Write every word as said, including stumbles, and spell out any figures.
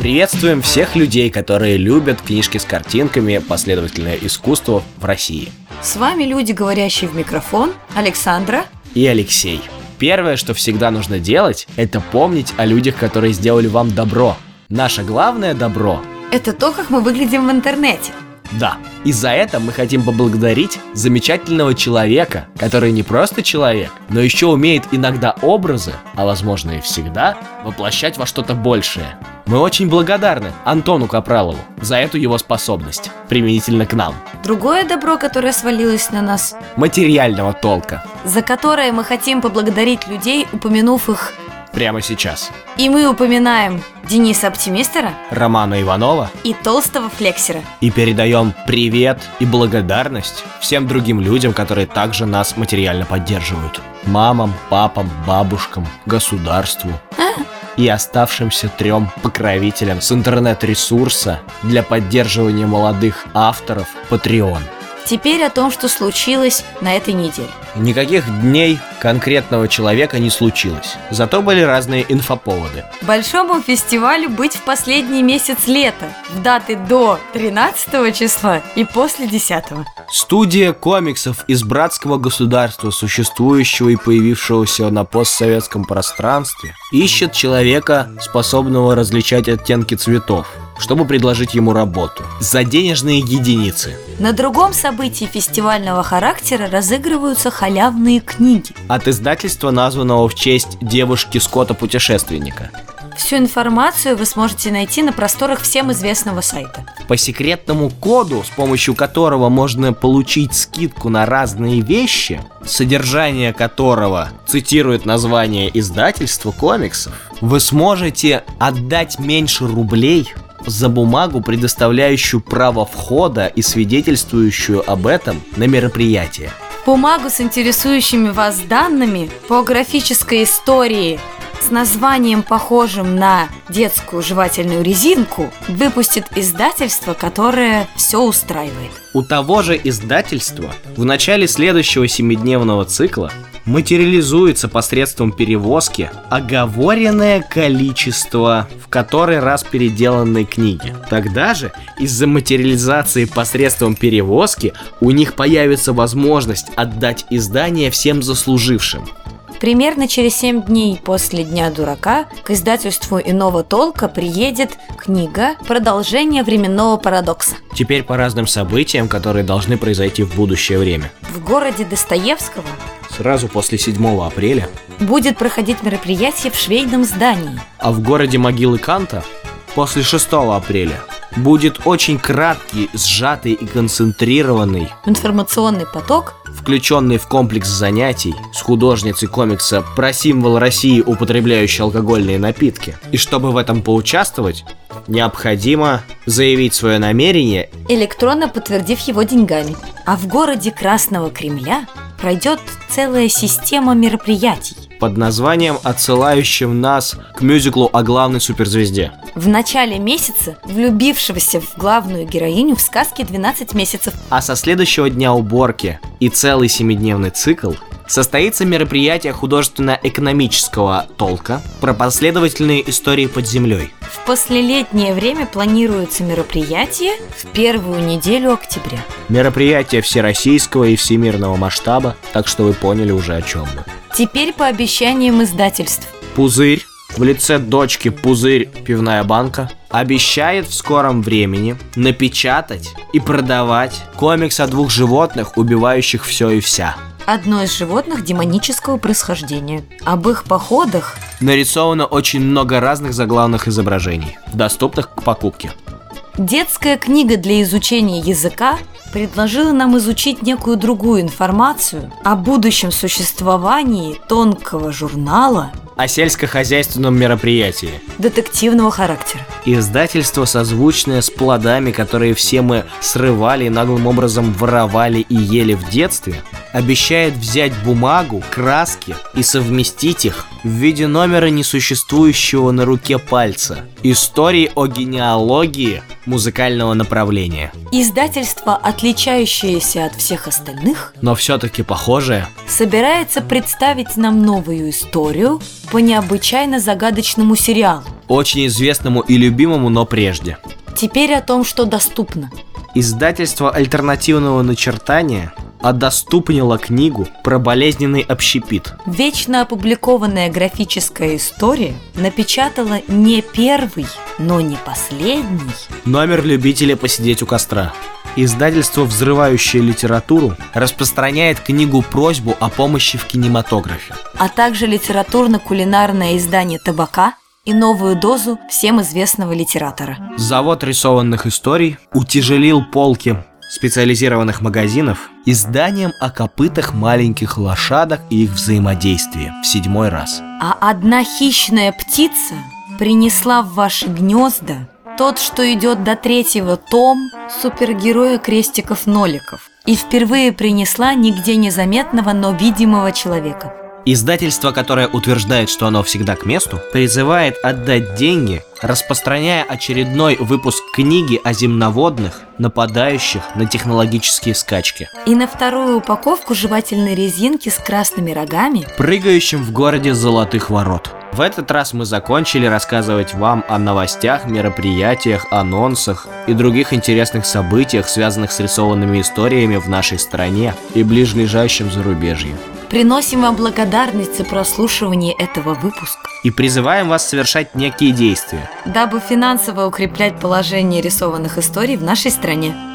Приветствуем всех людей, которые любят книжки с картинками «Последовательное искусство» в России. С вами люди, говорящие в микрофон, Александра и Алексей. Первое, что всегда нужно делать, это помнить о людях, которые сделали вам добро. Наше главное добро – это то, как мы выглядим в интернете. Да, и за это мы хотим поблагодарить замечательного человека, который не просто человек, но еще умеет иногда образы, а возможно и всегда, воплощать во что-то большее. Мы очень благодарны Антону Капралову за эту его способность, применительно к нам. Другое добро, которое свалилось на нас, материального толка, за которое мы хотим поблагодарить людей, упомянув их прямо сейчас. И мы упоминаем Дениса Оптимистера, Романа Иванова и Толстого Флексера. И передаем привет и благодарность всем другим людям, которые также нас материально поддерживают. Мамам, папам, бабушкам, государству а? и оставшимся трем покровителям с интернет-ресурса для поддерживания молодых авторов Patreon. Теперь о том, что случилось на этой неделе. Никаких дней конкретного человека не случилось, зато были разные инфоповоды. Большому фестивалю быть в последний месяц лета, в даты до тринадцатого числа и после десятого. Студия комиксов из братского государства, существующего и появившегося на постсоветском пространстве, ищет человека, способного различать оттенки цветов, чтобы предложить ему работу за денежные единицы. На другом событии фестивального характера разыгрываются халявные книги от издательства, названного в честь девушки Скотта-путешественника. Всю информацию вы сможете найти на просторах всем известного сайта. По секретному коду, с помощью которого можно получить скидку на разные вещи, содержание которого цитирует название издательства комиксов, вы сможете отдать меньше рублей за бумагу, предоставляющую право входа и свидетельствующую об этом на мероприятие. Бумагу с интересующими вас данными по графической истории с названием, похожим на детскую жевательную резинку, выпустит издательство, которое все устраивает. У того же издательства в начале следующего семидневного цикла материализуется посредством перевозки оговоренное количество в который раз переделанной книги. Тогда же из-за материализации посредством перевозки у них появится возможность отдать издание всем заслужившим. Примерно через семь дней после Дня дурака к издательству «Иного толка» приедет книга «Продолжение временного парадокса». Теперь по разным событиям, которые должны произойти в будущее время. В городе Достоевского сразу после седьмого апреля будет проходить мероприятие в швейном здании. А в городе Могилы Канта после шестого апреля будет очень краткий, сжатый и концентрированный информационный поток, включенный в комплекс занятий с художницей комикса про символ России, употребляющей алкогольные напитки. И чтобы в этом поучаствовать, необходимо заявить свое намерение, электронно подтвердив его деньгами. А в городе Красного Кремля пройдет целая система мероприятий под названием, отсылающим нас к мюзиклу о главной суперзвезде. В начале месяца влюбившегося в главную героиню в сказке «двенадцать месяцев». А со следующего дня уборки и целый семидневный цикл состоится мероприятие художественно-экономического толка про последовательные истории под землей. В послелетнее время планируется мероприятие в первую неделю октября. Мероприятие всероссийского и всемирного масштаба, так что вы поняли уже, о чем мы. Теперь по обещаниям издательств. Пузырь в лице дочки Пузырь пивная банка обещает в скором времени напечатать и продавать комикс о двух животных, убивающих все и вся. Одно из животных демонического происхождения. Об их походах нарисовано очень много разных заглавных изображений, доступных к покупке. Детская книга для изучения языка предложила нам изучить некую другую информацию о будущем существовании тонкого журнала о сельскохозяйственном мероприятии детективного характера. Издательство, созвучное с плодами, которые все мы срывали и наглым образом воровали и ели в детстве, обещает взять бумагу, краски и совместить их в виде номера несуществующего на руке пальца. Истории о генеалогии музыкального направления. Издательство, отличающееся от всех остальных, но все-таки похожее, собирается представить нам новую историю по необычайно загадочному сериалу, очень известному и любимому, но прежде. Теперь о том, что доступно. Издательство альтернативного начертания одоступнило книгу про болезненный общепит. Вечно опубликованная графическая история напечатала не первый, но не последний номер любителя посидеть у костра. Издательство, взрывающее литературу, распространяет книгу-просьбу о помощи в кинематографе, а также литературно-кулинарное издание «Табака» и новую дозу всем известного литератора. Завод рисованных историй утяжелил полки специализированных магазинов изданием о копытах маленьких лошадок и их взаимодействии в седьмой раз. А одна хищная птица принесла в ваши гнезда тот, что идет до третьего том супергероя крестиков-ноликов, и впервые принесла нигде незаметного, но видимого человека. Издательство, которое утверждает, что оно всегда к месту, призывает отдать деньги, распространяя очередной выпуск книги о земноводных, нападающих на технологические скачки. И на вторую упаковку жевательной резинки с красными рогами, прыгающим в городе Золотых Ворот. В этот раз мы закончили рассказывать вам о новостях, мероприятиях, анонсах и других интересных событиях, связанных с рисованными историями в нашей стране и ближайшем зарубежье. Приносим вам благодарность за прослушивание этого выпуска и призываем вас совершать некие действия, дабы финансово укреплять положение рисованных историй в нашей стране.